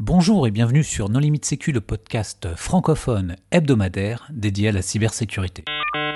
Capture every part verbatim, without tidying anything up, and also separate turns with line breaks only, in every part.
Bonjour et bienvenue sur No Limit Sécu, le podcast francophone hebdomadaire dédié à la cybersécurité.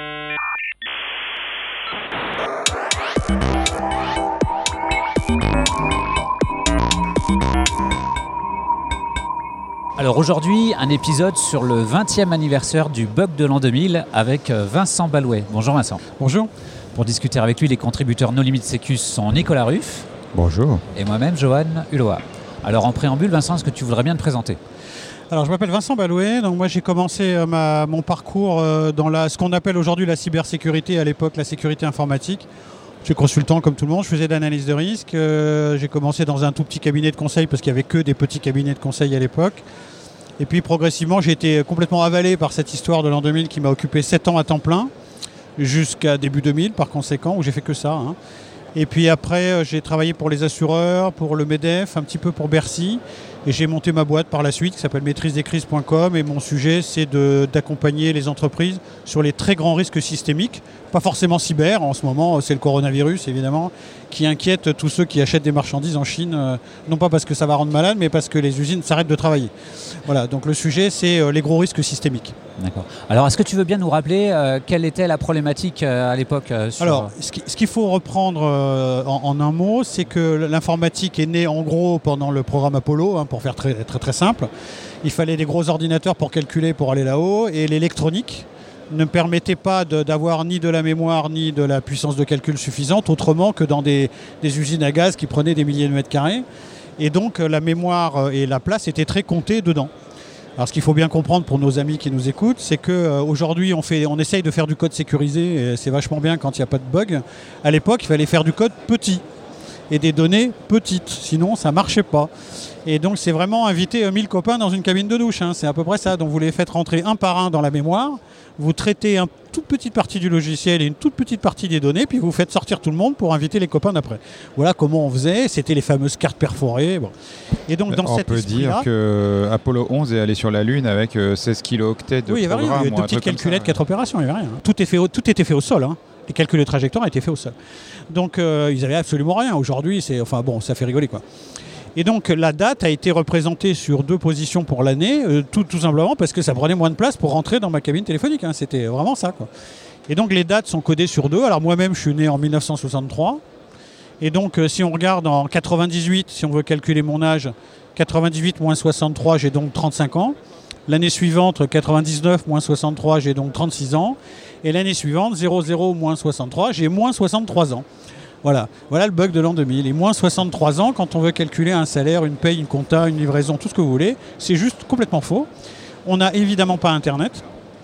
Alors aujourd'hui, un épisode sur le vingtième anniversaire du bug de l'an deux mille avec Vincent Balouet. Bonjour Vincent.
Bonjour.
Pour discuter avec lui, les contributeurs No Limit Sécu sont Nicolas Ruff.
Bonjour.
Et moi-même, Johan Hulot. Alors en préambule, Vincent, est-ce que tu voudrais bien te présenter ?
Alors je m'appelle Vincent Balouet, donc moi j'ai commencé euh, ma, mon parcours euh, dans la, ce qu'on appelle aujourd'hui la cybersécurité, à l'époque la sécurité informatique. Je suis consultant comme tout le monde, je faisais de l'analyse de risque, euh, j'ai commencé dans un tout petit cabinet de conseil parce qu'il n'y avait que des petits cabinets de conseil à l'époque. Et puis progressivement j'ai été complètement avalé par cette histoire de l'an deux mille qui m'a occupé sept ans à temps plein, jusqu'à début deux mille par conséquent, où j'ai fait que ça. Hein. Et puis après, j'ai travaillé pour les assureurs, pour le MEDEF, un petit peu pour Bercy. Et j'ai monté ma boîte par la suite qui s'appelle maîtrise des crises point com. Et mon sujet, c'est de, d'accompagner les entreprises sur les très grands risques systémiques. Pas forcément cyber, en ce moment, c'est le coronavirus, évidemment, qui inquiète tous ceux qui achètent des marchandises en Chine. Euh, non pas parce que ça va rendre malade, mais parce que les usines s'arrêtent de travailler. Voilà, donc le sujet, c'est euh, les gros risques systémiques.
D'accord. Alors, est-ce que tu veux bien nous rappeler euh, quelle était la problématique euh, à l'époque euh, sur...
Alors, ce, qui, ce qu'il faut reprendre euh, en, en un mot, c'est que l'informatique est née en gros pendant le programme Apollo, hein, pour faire très, très très simple. Il fallait des gros ordinateurs pour calculer, pour aller là-haut, et l'électronique ne permettait pas de, d'avoir ni de la mémoire ni de la puissance de calcul suffisante, autrement que dans des, des usines à gaz qui prenaient des milliers de mètres carrés. Et donc la mémoire et la place étaient très comptées dedans. Alors ce qu'il faut bien comprendre pour nos amis qui nous écoutent, c'est qu'aujourd'hui on, fait, on essaye de faire du code sécurisé, et c'est vachement bien quand il n'y a pas de bug. À l'époque, il fallait faire du code petit et des données petites, sinon ça ne marchait pas. Et donc c'est vraiment inviter mille copains dans une cabine de douche, hein. C'est à peu près ça. Donc vous les faites rentrer un par un dans la mémoire, vous traitez une toute petite partie du logiciel et une toute petite partie des données, puis vous faites sortir tout le monde pour inviter les copains d'après. Voilà comment on faisait, c'était les fameuses cartes perforées. Bon. Et donc dans
on
cet
peut dire que Apollo onze est allé sur la Lune avec seize kilooctets de
oui, il y avait
programme.
Rien, il y avait deux petites calculettes, quatre opérations, il n'y avait rien. Tout, est fait au, tout était fait au sol, hein. Les calculs de trajectoire étaient faits au sol. Donc euh, ils n'avaient absolument rien. Aujourd'hui, c'est, enfin bon, ça fait rigoler quoi. Et donc la date a été représentée sur deux positions pour l'année, euh, tout, tout simplement parce que ça prenait moins de place pour rentrer dans ma cabine téléphonique. Hein. C'était vraiment ça, quoi. Et donc les dates sont codées sur deux. Alors moi-même, je suis né en dix-neuf cent soixante-trois. Et donc euh, si on regarde en quatre-vingt-dix-huit, si on veut calculer mon âge, quatre-vingt-dix-huit moins soixante-trois, j'ai donc trente-cinq ans. L'année suivante, quatre-vingt-dix-neuf moins soixante-trois, j'ai donc trente-six ans. Et l'année suivante, zéro zéro moins soixante-trois, j'ai moins soixante-trois ans. Voilà, voilà le bug de l'an deux mille. Et moins soixante-trois ans, quand on veut calculer un salaire, une paye, une compta, une livraison, tout ce que vous voulez, c'est juste complètement faux. On n'a évidemment pas Internet.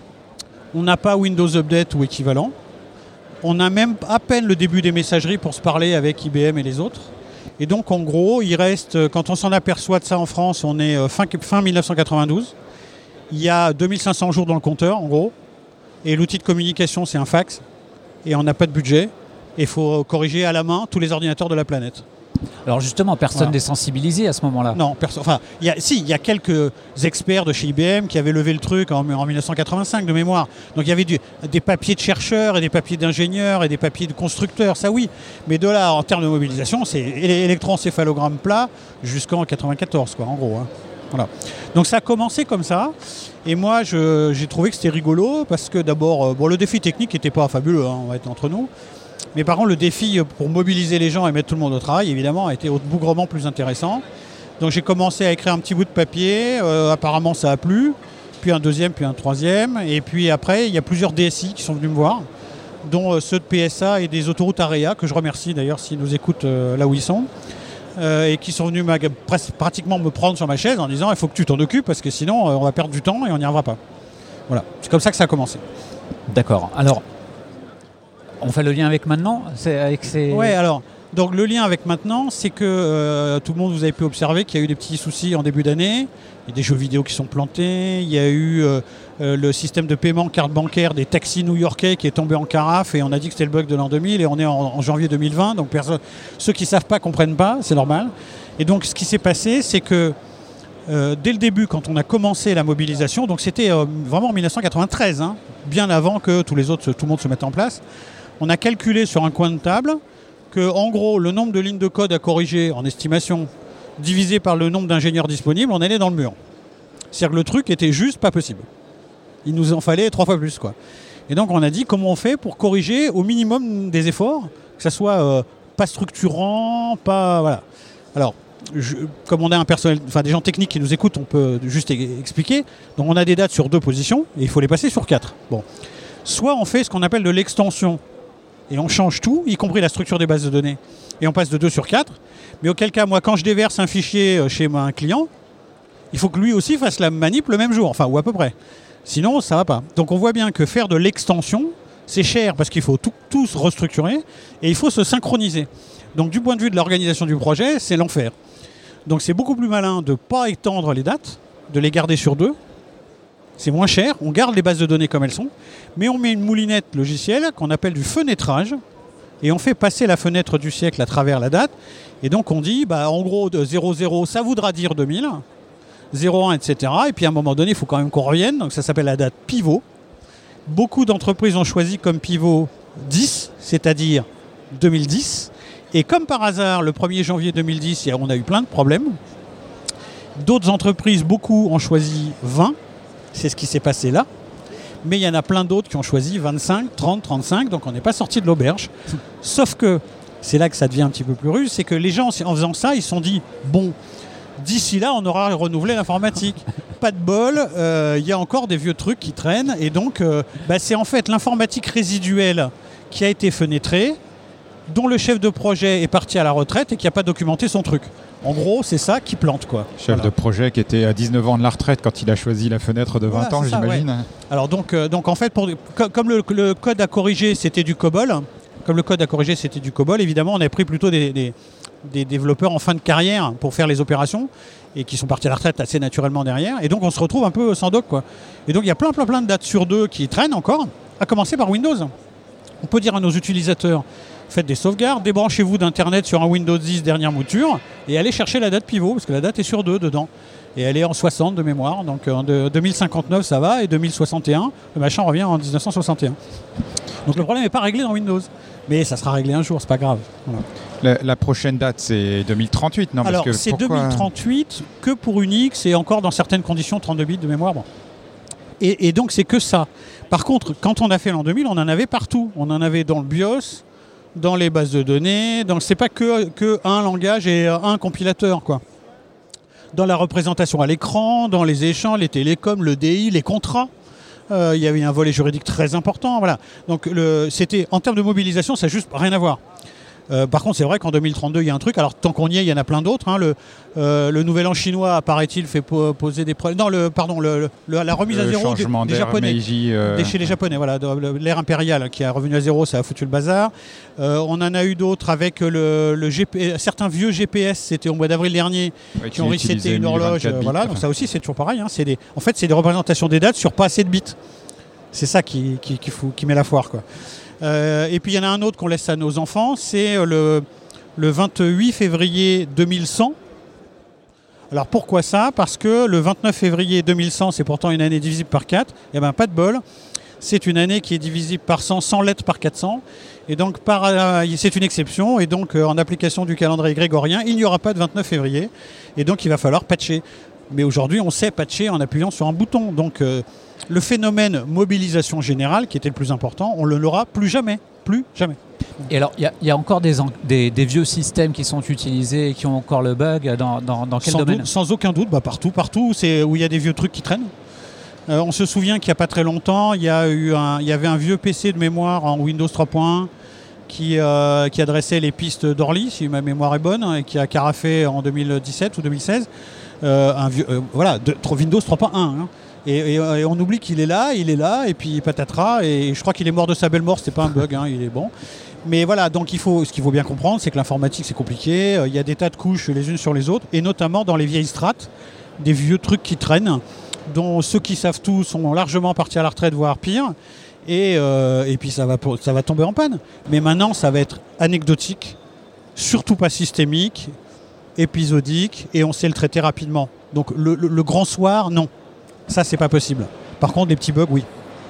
On n'a pas Windows Update ou équivalent. On a même à peine le début des messageries pour se parler avec I B M et les autres. Et donc, en gros, il reste, quand on s'en aperçoit de ça en France, on est fin, fin dix-neuf cent quatre-vingt-douze. Il y a deux mille cinq cents jours dans le compteur, en gros. Et l'outil de communication, c'est un fax. Et on n'a pas de budget. Et il faut corriger à la main tous les ordinateurs de la planète.
Alors justement, personne n'est voilà. sensibilisé à ce moment-là.
Non, personne. Enfin, y a, si, il y a quelques experts de chez I B M qui avaient levé le truc en, en dix-neuf cent quatre-vingt-cinq de mémoire. Donc il y avait du, des papiers de chercheurs et des papiers d'ingénieurs et des papiers de constructeurs, ça oui. Mais de là, en termes de mobilisation, c'est électroencéphalogramme plat jusqu'en quatre-vingt-quatorze, quoi, en gros. Hein. Voilà. Donc ça a commencé comme ça. Et moi, je, j'ai trouvé que c'était rigolo parce que d'abord, euh, bon, le défi technique n'était pas fabuleux, hein, on va être entre nous. Mais par contre, le défi pour mobiliser les gens et mettre tout le monde au travail, évidemment, a été bougrement plus intéressant. Donc j'ai commencé à écrire un petit bout de papier. Euh, apparemment, ça a plu. Puis un deuxième, puis un troisième. Et puis après, il y a plusieurs D S I qui sont venus me voir, dont euh, ceux de P S A et des autoroutes AREA, que je remercie d'ailleurs s'ils nous écoutent euh, là où ils sont. Euh, et qui sont venus ma, pres- pratiquement me prendre sur ma chaise en disant « il faut que tu t'en occupes parce que sinon, euh, on va perdre du temps et on n'y arrivera pas ». Voilà, c'est comme ça que ça a commencé.
D'accord. Alors, on fait le lien avec maintenant c'est avec ces...
Oui, alors, donc le lien avec maintenant, c'est que euh, tout le monde, vous avez pu observer qu'il y a eu des petits soucis en début d'année. Il y a des jeux vidéo qui sont plantés. Il y a eu euh, euh, le système de paiement carte bancaire des taxis new-yorkais qui est tombé en carafe et on a dit que c'était le bug de l'an deux mille et on est en, en janvier deux mille vingt. Donc personne, ceux qui ne savent pas ne comprennent pas, c'est normal. Et donc ce qui s'est passé, c'est que euh, dès le début, quand on a commencé la mobilisation, donc c'était euh, vraiment en dix-neuf cent quatre-vingt-treize, hein, bien avant que tous les autres, tout le monde se mette en place, on a calculé sur un coin de table que, en gros, le nombre de lignes de code à corriger en estimation divisé par le nombre d'ingénieurs disponibles, on allait dans le mur. C'est-à-dire que le truc était juste pas possible. Il nous en fallait trois fois plus, quoi. Et donc on a dit comment on fait pour corriger au minimum des efforts, que ça soit euh, pas structurant, pas... Voilà. Alors, je, comme on a un personnel, enfin des gens techniques qui nous écoutent, on peut juste e- expliquer. Donc on a des dates sur deux positions et il faut les passer sur quatre. Bon. Soit on fait ce qu'on appelle de l'extension et on change tout, y compris la structure des bases de données, et on passe de deux sur quatre. Mais auquel cas, moi, quand je déverse un fichier chez un client, il faut que lui aussi fasse la manip le même jour, enfin, ou à peu près. Sinon, ça ne va pas. Donc on voit bien que faire de l'extension, c'est cher parce qu'il faut tout, tout se restructurer et il faut se synchroniser. Donc du point de vue de l'organisation du projet, c'est l'enfer. Donc c'est beaucoup plus malin de ne pas étendre les dates, de les garder sur deux. C'est moins cher, on garde les bases de données comme elles sont, mais on met une moulinette logicielle qu'on appelle du fenêtrage et on fait passer la fenêtre du siècle à travers la date. Et donc on dit, bah, en gros, de zéro zéro, ça voudra dire deux mille, zéro un, et cetera. Et puis à un moment donné, il faut quand même qu'on revienne, donc ça s'appelle la date pivot. Beaucoup d'entreprises ont choisi comme pivot dix, c'est-à-dire deux mille dix. Et comme par hasard, le premier janvier deux mille dix, on a eu plein de problèmes. D'autres entreprises, beaucoup, ont choisi vingt. C'est ce qui s'est passé là. Mais il y en a plein d'autres qui ont choisi vingt-cinq, trente, trente-cinq. Donc on n'est pas sorti de l'auberge. Sauf que, c'est là que ça devient un petit peu plus rude, c'est que les gens, en faisant ça, ils se sont dit, bon, d'ici là, on aura renouvelé l'informatique. Pas de bol, il euh, y a encore des vieux trucs qui traînent. Et donc, euh, bah, c'est en fait l'informatique résiduelle qui a été fenêtrée, dont le chef de projet est parti à la retraite et qui n'a pas documenté son truc. En gros, c'est ça qui plante, quoi.
Chef
voilà.
de projet qui était à dix-neuf ans de la retraite quand il a choisi la fenêtre de vingt
voilà,
ans,
ça,
j'imagine.
Ouais. Alors donc, euh, donc en fait, pour, comme le, le code à corriger, c'était du COBOL, comme le code à corriger, c'était du COBOL, évidemment, on a pris plutôt des, des, des développeurs en fin de carrière pour faire les opérations et qui sont partis à la retraite assez naturellement derrière. Et donc, on se retrouve un peu sans doc, quoi. Et donc, il y a plein, plein, plein de dates sur deux qui traînent encore, à commencer par Windows. On peut dire à nos utilisateurs, faites des sauvegardes, débranchez-vous d'Internet sur un Windows dix dernière mouture et allez chercher la date pivot, parce que la date est sur deux dedans. Et elle est en soixante de mémoire, donc en deux mille cinquante-neuf ça va, et deux mille soixante et un, le machin revient en dix-neuf cent soixante et un. Donc le problème n'est pas réglé dans Windows, mais ça sera réglé un jour, c'est pas grave. Voilà.
La, la prochaine date, c'est deux mille trente-huit, non?
Alors
parce que
c'est
pourquoi...
deux mille trente-huit que pour Unix et encore dans certaines conditions trente-deux bits de mémoire. Bon. Et, et donc c'est que ça. Par contre, quand on a fait l'an deux mille, on en avait partout. On en avait dans le BIOS, dans les bases de données, donc c'est pas que, que un langage et un compilateur, quoi. Dans la représentation à l'écran, dans les échanges, les télécoms, le D I, les contrats, euh, il y avait un volet juridique très important, voilà. Donc le, c'était, en termes de mobilisation, ça n'a juste rien à voir. Euh, par contre, c'est vrai qu'en deux mille trente-deux, il y a un truc. Alors, tant qu'on y est, il y en a plein d'autres. Hein. Le, euh, le nouvel an chinois, paraît-il, fait po- poser des problèmes. Non, le, pardon, le, le, la remise
le
à zéro des, des Japonais.
Meiji, euh...
des, chez les Japonais, voilà. L'ère impériale qui est revenue à zéro, ça a foutu le bazar. Euh, on en a eu d'autres avec le, le G P, certains vieux G P S, c'était au mois d'avril dernier, ouais, qui ont reseté une horloge. Bits, voilà, donc ça aussi, c'est toujours pareil. Hein. C'est des, en fait, c'est des représentations des dates sur pas assez de bits. C'est ça qui, qui, qui, fout, qui met la foire, quoi. Euh, et puis, il y en a un autre qu'on laisse à nos enfants, c'est le... le vingt-huit février deux mille cent. Alors pourquoi ça? Parce que le vingt-neuf février deux mille cent, c'est pourtant une année divisible par quatre. Et bien pas de bol. C'est une année qui est divisible par cent, cent lettres par quatre cents. Et donc par, euh, c'est une exception. Et donc euh, en application du calendrier grégorien, il n'y aura pas de vingt-neuf février. Et donc il va falloir patcher. Mais aujourd'hui, on sait patcher en appuyant sur un bouton. Donc euh, le phénomène mobilisation générale, qui était le plus important, on ne l'aura plus jamais. Plus jamais.
Et alors, il y, y a encore des, des, des vieux systèmes qui sont utilisés et qui ont encore le bug dans, dans, dans quel
sans
domaine?
doute, Sans aucun doute, bah partout, partout, c'est où il y a des vieux trucs qui traînent. Euh, on se souvient qu'il n'y a pas très longtemps, il y, a eu un, il y avait un vieux P C de mémoire en Windows trois point un qui, euh, qui adressait les pistes d'Orly, si ma mémoire est bonne, et qui a carafé en deux mille dix-sept ou deux mille seize. Euh, un vieux, euh, voilà, de, Windows trois point un. Hein. Et, et, et on oublie qu'il est là, il est là, et puis patatras, et je crois qu'il est mort de sa belle mort, c'était pas un bug, hein, il est bon. Mais voilà, donc il faut, ce qu'il faut bien comprendre, c'est que l'informatique c'est compliqué, il y a des tas de couches les unes sur les autres, et notamment dans les vieilles strates, des vieux trucs qui traînent, dont ceux qui savent tout sont largement partis à la retraite, voire pire, et, euh, et puis ça va, ça va tomber en panne. Mais maintenant, ça va être anecdotique, surtout pas systémique, épisodique, et on sait le traiter rapidement. Donc le, le, le grand soir, non. Ça, c'est pas possible. Par contre, les petits bugs, oui.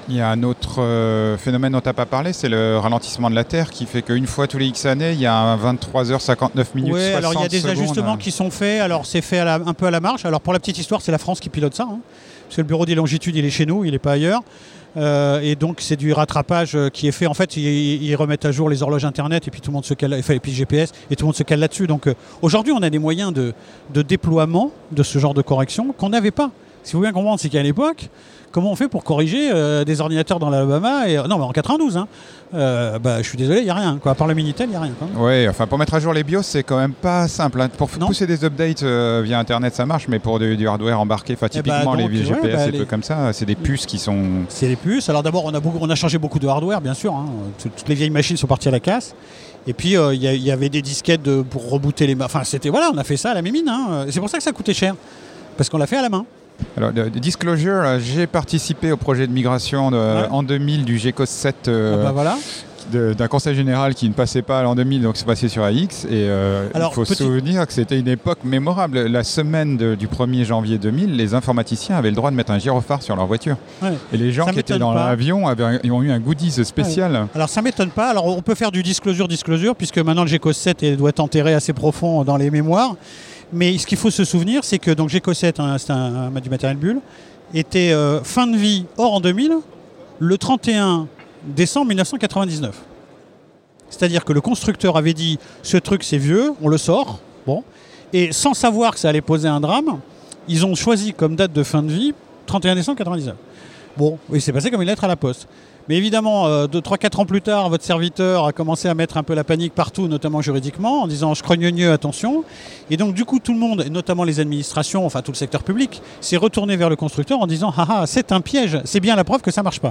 Il y a un autre euh, phénomène dont tu n'as pas parlé, c'est le ralentissement de la Terre qui fait qu'une fois tous les X années, il y a un vingt-trois heures cinquante-neuf minutes
ouais,
soixante
alors il y a des
secondes.
ajustements qui sont faits. Alors c'est fait à la, un peu à la marge. Alors pour la petite histoire, c'est la France qui pilote ça. Hein, parce que le bureau des longitudes, il est chez nous, il n'est pas ailleurs. Euh, et donc c'est du rattrapage qui est fait. En fait, ils, ils remettent à jour les horloges Internet et puis tout le monde se cale, enfin, et puis G P S et tout le monde se cale là-dessus. Donc euh, aujourd'hui, on a des moyens de, de déploiement de ce genre de correction qu'on n'avait pas. Si vous voulez bien comprendre, c'est qu'à l'époque, comment on fait pour corriger euh, des ordinateurs dans l'Alabama et, Non, mais en quatre-vingt-douze, hein, euh, bah, je suis désolé, il n'y a rien. Quoi. À part le Minitel, il n'y a rien.
Oui, enfin pour mettre à jour les BIOS, c'est quand même pas simple. Hein. Pour non. pousser des updates euh, via Internet, ça marche, mais pour du, du hardware embarqué, typiquement bah, donc, les G P S ouais, bah, et les... trucs comme ça, c'est des puces qui sont...
C'est des puces. Alors d'abord, on a, beaucoup, on a changé beaucoup de hardware, bien sûr. Hein. Toutes les vieilles machines sont parties à la casse. Et puis, il euh, y, y avait des disquettes de, pour rebooter les... Enfin, c'était... Voilà, on a fait ça à la mémine. Hein. C'est pour ça que ça coûtait cher. Parce qu'on l'a fait à la main.
Alors, de, de disclosure, j'ai participé au projet de migration de, ouais. en deux mille du G E C O S sept euh,
ah bah voilà.
d'un conseil général qui ne passait pas à l'an deux mille, donc c'est passé sur A X. Et euh, Alors, il faut petit... se souvenir que c'était une époque mémorable. La semaine de, du premier janvier deux mille, les informaticiens avaient le droit de mettre un gyrophare sur leur voiture. Ouais. Et les gens ça qui étaient dans pas. l'avion avaient, ils ont eu un goodies spécial. Ouais.
Alors ça ne m'étonne pas. Alors on peut faire du disclosure, disclosure, puisque maintenant le G E C O S sept doit être enterré assez profond dans les mémoires. Mais ce qu'il faut se souvenir, c'est que donc G E C O sept, hein, c'est un, un, du matériel bulle, était euh, fin de vie hors en deux mille, le trente et un décembre mille neuf cent quatre-vingt-dix-neuf. C'est-à-dire que le constructeur avait dit ce truc c'est vieux, on le sort, bon, et sans savoir que ça allait poser un drame, ils ont choisi comme date de fin de vie trente et un décembre quatre-vingt-dix-neuf. Bon, il s'est passé comme une lettre à la poste. Mais évidemment, euh, deux, trois, quatre ans plus tard, votre serviteur a commencé à mettre un peu la panique partout, notamment juridiquement, en disant « je crogneux, attention ». Et donc du coup, tout le monde, et notamment les administrations, enfin tout le secteur public, s'est retourné vers le constructeur en disant « ah ah, c'est un piège, c'est bien la preuve que ça ne marche pas ».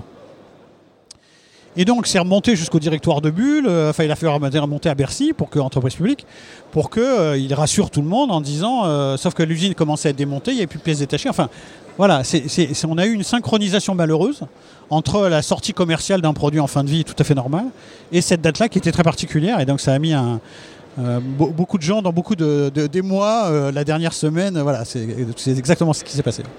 Et donc c'est remonté jusqu'au directoire de Bull, euh, enfin il a fait remonter à Bercy, pour que, entreprise publique, pour qu'il euh, rassure tout le monde en disant euh, sauf que l'usine commençait à être démontée, il n'y avait plus de pièces détachées, enfin voilà, c'est, c'est, c'est, on a eu une synchronisation malheureuse entre la sortie commerciale d'un produit en fin de vie tout à fait normal et cette date-là qui était très particulière, et donc ça a mis un, euh, be- beaucoup de gens dans beaucoup de, de, d'émoi euh, la dernière semaine, voilà, c'est, c'est exactement ce qui s'est passé.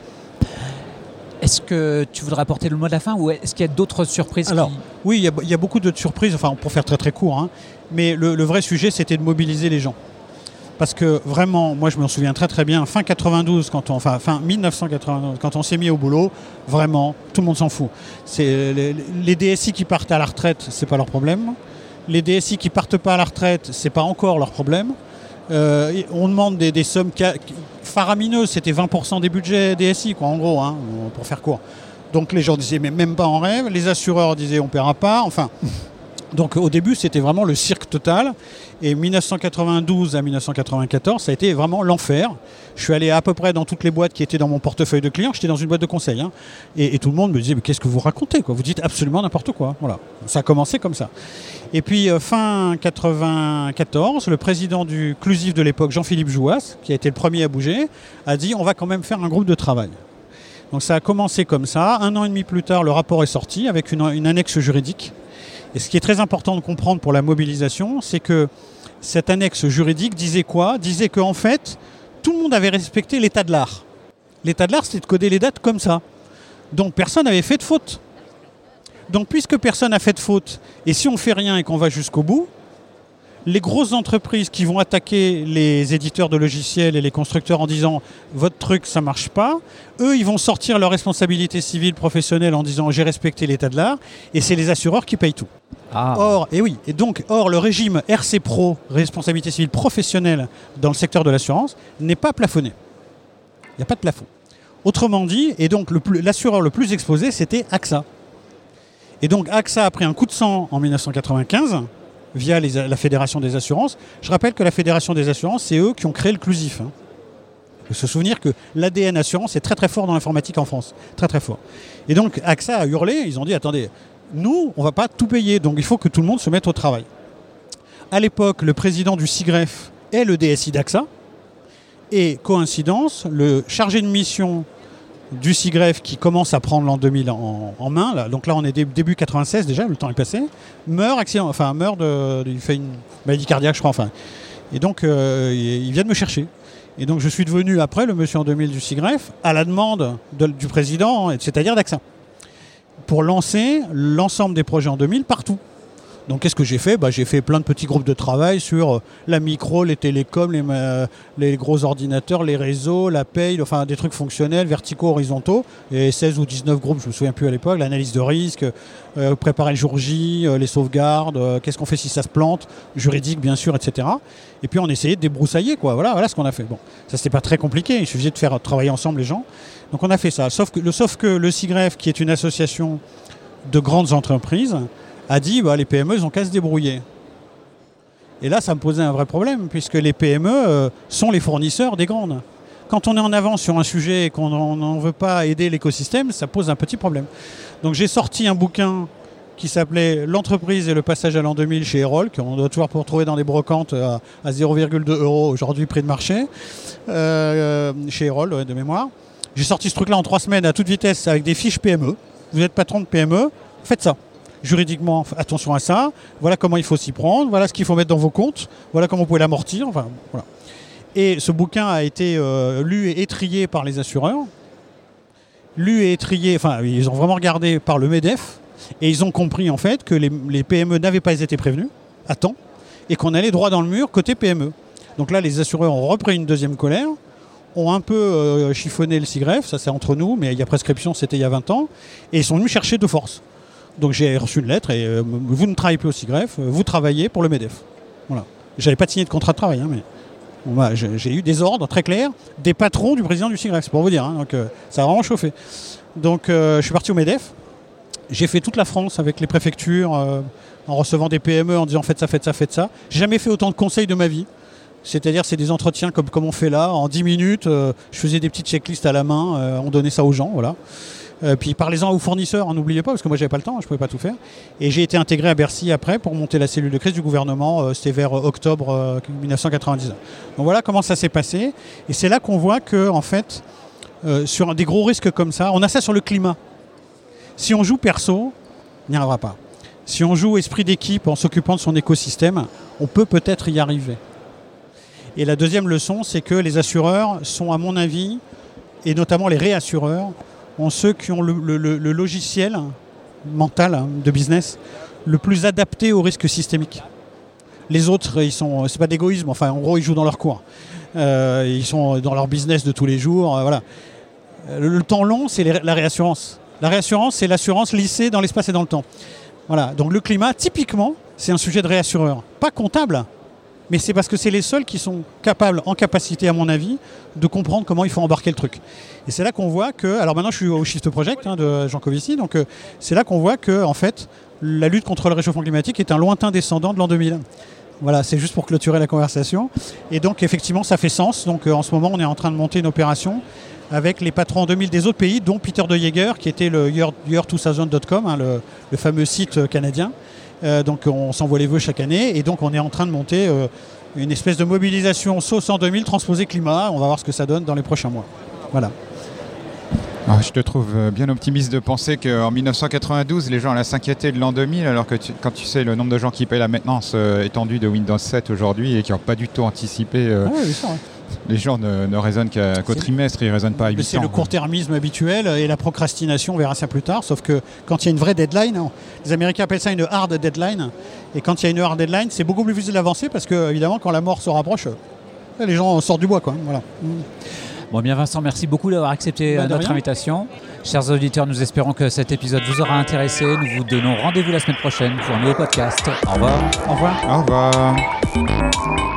Est-ce que tu voudrais apporter le mot de la fin ou est-ce qu'il y a d'autres surprises?
Alors,
qui...
oui, il y, a, il y a beaucoup de surprises, enfin, pour faire très très court, hein, mais le, le vrai sujet, c'était de mobiliser les gens. Parce que vraiment, moi je me souviens très très bien, fin quatre-vingt-douze, quand on, enfin fin mille neuf cent quatre-vingt-douze, quand on s'est mis au boulot, vraiment, tout le monde s'en fout. C'est, les, les D S I qui partent à la retraite, c'est pas leur problème. Les D S I qui partent pas à la retraite, c'est pas encore leur problème. Euh, on demande des, des sommes ca- faramineuses, c'était vingt pour cent des budgets D S I, quoi, en gros, hein, pour faire court. Donc les gens disaient, mais même pas en rêve. Les assureurs disaient, on paiera pas. Enfin, donc au début, c'était vraiment le cirque total. Et mille neuf cent quatre-vingt-douze à mille neuf cent quatre-vingt-quatorze, ça a été vraiment l'enfer. Je suis allé à peu près dans toutes les boîtes qui étaient dans mon portefeuille de clients. J'étais dans une boîte de conseil. Hein, et, et tout le monde me disait, mais qu'est-ce que vous racontez, quoi ? Vous dites absolument n'importe quoi. Voilà. Ça a commencé comme ça. Et puis, euh, fin quatre-vingt-quatorze, le président du Clusif de l'époque, Jean-Philippe Jouas, qui a été le premier à bouger, a dit, on va quand même faire un groupe de travail. Donc ça a commencé comme ça. Un an et demi plus tard, le rapport est sorti avec une, une annexe juridique. Et ce qui est très important de comprendre pour la mobilisation, c'est que cette annexe juridique disait quoi ? Disait qu'en fait, tout le monde avait respecté l'état de l'art. L'état de l'art, c'était de coder les dates comme ça. Donc personne n'avait fait de faute. Donc puisque personne n'a fait de faute, et si on ne fait rien et qu'on va jusqu'au bout, les grosses entreprises qui vont attaquer les éditeurs de logiciels et les constructeurs en disant « votre truc, ça ne marche pas », eux, ils vont sortir leur responsabilité civile professionnelle en disant « j'ai respecté l'état de l'art », et c'est les assureurs qui payent tout. Ah. Or, et oui, et donc, or, le régime R C Pro, responsabilité civile professionnelle dans le secteur de l'assurance, n'est pas plafonné. Il n'y a pas de plafond. Autrement dit, et donc le plus, l'assureur le plus exposé, c'était A X A. Et donc A X A a pris un coup de sang en mille neuf cent quatre-vingt-quinze via les, la Fédération des assurances. Je rappelle que la Fédération des assurances, c'est eux qui ont créé le Clusif. Hein. Il faut se souvenir que l'A D N assurance est très très fort dans l'informatique en France. Très très fort. Et donc A X A a hurlé, ils ont dit, attendez, nous, on ne va pas tout payer, donc il faut que tout le monde se mette au travail. À l'époque, le président du SIGREF est le D S I d'A X A. Et coïncidence, le chargé de mission du SIGREF qui commence à prendre l'an deux mille en, en main, là, donc là on est dé, début quatre-vingt-seize déjà, le temps est passé, meurt, accident, enfin, meurt de, de, il fait une maladie cardiaque je crois, enfin. Et donc euh, il, il vient de me chercher. Et donc je suis devenu après le monsieur en deux mille du SIGREF à la demande de, du président, c'est-à-dire d'A X A. pour lancer l'ensemble des projets en deux mille partout. Donc qu'est-ce que j'ai fait ? bah, J'ai fait plein de petits groupes de travail sur la micro, les télécoms, les, euh, les gros ordinateurs, les réseaux, la paye, enfin des trucs fonctionnels, verticaux, horizontaux, et seize ou dix-neuf groupes, je ne me souviens plus à l'époque, l'analyse de risque, euh, préparer le jour J, euh, les sauvegardes, euh, qu'est-ce qu'on fait si ça se plante, juridique bien sûr, et cetera. Et puis on essayait de débroussailler, quoi. Voilà, voilà ce qu'on a fait. Bon, ça c'était pas très compliqué, il suffisait de faire travailler ensemble les gens. Donc on a fait ça, sauf que le, sauf que le SIGREF, qui est une association de grandes entreprises, a dit bah, les P M E, ils ont qu'à se débrouiller. Et là, ça me posait un vrai problème, puisque les P M E euh, sont les fournisseurs des grandes. Quand on est en avance sur un sujet et qu'on n'en veut pas aider l'écosystème, ça pose un petit problème. Donc j'ai sorti un bouquin qui s'appelait « L'entreprise et le passage à l'an deux mille » chez Erol, qu'on doit toujours retrouver dans des brocantes à, à zéro virgule deux euros aujourd'hui, prix de marché, euh, chez Erol, ouais, de mémoire. J'ai sorti ce truc-là en trois semaines à toute vitesse avec des fiches P M E. Vous êtes patron de P M E, faites ça. Juridiquement, attention à ça, voilà comment il faut s'y prendre, voilà ce qu'il faut mettre dans vos comptes, voilà comment vous pouvez l'amortir, enfin voilà. Et ce bouquin a été euh, lu et étrillé par les assureurs, lu et étrillé, enfin ils ont vraiment regardé par le MEDEF, et ils ont compris en fait que les, les P M E n'avaient pas été prévenus à temps, et qu'on allait droit dans le mur côté P M E. Donc là, les assureurs ont repris une deuxième colère, ont un peu euh, chiffonné le SIGREF, ça c'est entre nous, mais il y a prescription, c'était il y a vingt ans, et ils sont venus chercher de force. Donc j'ai reçu une lettre et euh, vous ne travaillez plus au SIGREF, vous travaillez pour le MEDEF. Voilà. J'avais pas signé de contrat de travail, hein, mais bon, bah, j'ai, j'ai eu des ordres très clairs des patrons du président du SIGREF, c'est pour vous dire. Hein, donc euh, ça a vraiment chauffé. Donc euh, je suis parti au MEDEF. J'ai fait toute la France avec les préfectures euh, en recevant des P M E en disant faites ça, faites ça, faites ça. J'ai jamais fait autant de conseils de ma vie. C'est-à-dire c'est des entretiens comme, comme on fait là. En dix minutes, euh, je faisais des petites checklists à la main, euh, on donnait ça aux gens, voilà. Euh, puis parlez-en aux fournisseurs, n'oubliez pas, parce que moi j'avais pas le temps, je pouvais pas tout faire. Et j'ai été intégré à Bercy après pour monter la cellule de crise du gouvernement, euh, c'était vers euh, octobre euh, dix-neuf cent quatre-vingt-dix-neuf. Donc voilà comment ça s'est passé. Et c'est là qu'on voit que, en fait, euh, sur des gros risques comme ça, on a ça sur le climat. Si on joue perso, on n'y arrivera pas. Si on joue esprit d'équipe en s'occupant de son écosystème, on peut peut-être y arriver. Et la deuxième leçon, c'est que les assureurs sont, à mon avis, et notamment les réassureurs, ont ceux qui ont le, le, le logiciel mental hein, de business le plus adapté aux risques systémiques. Les autres, ils sont, c'est pas d'égoïsme, enfin en gros ils jouent dans leur cours. Euh, ils sont dans leur business de tous les jours. Euh, voilà. Le, le temps long, c'est les, la réassurance. La réassurance, c'est l'assurance lissée dans l'espace et dans le temps. Voilà. Donc le climat, typiquement, c'est un sujet de réassureur. Pas comptable, mais c'est parce que c'est les seuls qui sont capables, en capacité à mon avis, de comprendre comment il faut embarquer le truc. Et c'est là qu'on voit que, alors maintenant je suis au Shift Project hein, de Jean Covici, donc euh, c'est là qu'on voit que en fait la lutte contre le réchauffement climatique est un lointain descendant de l'an deux mille. Voilà, c'est juste pour clôturer la conversation. Et donc effectivement ça fait sens. Donc euh, en ce moment on est en train de monter une opération avec les patrons en deux mille des autres pays, dont Peter de Jaeger, qui était le year deux mille point com, hein, le, le fameux site canadien. Euh, donc on s'envoie les vœux chaque année et donc on est en train de monter euh, une espèce de mobilisation sauce en deux mille transposée climat. On va voir ce que ça donne dans les prochains mois. Voilà.
Alors, je te trouve bien optimiste de penser qu'en dix-neuf cent quatre-vingt-douze, les gens allaient s'inquiéter de l'an deux mille, alors que tu, quand tu sais le nombre de gens qui payent la maintenance euh, étendue de Windows sept aujourd'hui et qui n'ont pas du tout anticipé... Euh,
ah ouais, bien sûr, ouais.
Les gens ne, ne raisonnent qu'à, qu'au trimestre, ils ne raisonnent pas à huit ans.
C'est le court-termisme habituel et la procrastination, on verra ça plus tard, sauf que quand il y a une vraie deadline, hein, les Américains appellent ça une hard deadline, et quand il y a une hard deadline, c'est beaucoup plus difficile d'avancer parce que, évidemment, quand la mort se rapproche, les gens sortent du bois, quoi. Voilà.
Bon, bien Vincent, merci beaucoup d'avoir accepté bah, notre rien. invitation. Chers auditeurs, nous espérons que cet épisode vous aura intéressé. Nous vous donnons rendez-vous la semaine prochaine pour un nouveau podcast. Au revoir.
Au revoir.
Au revoir.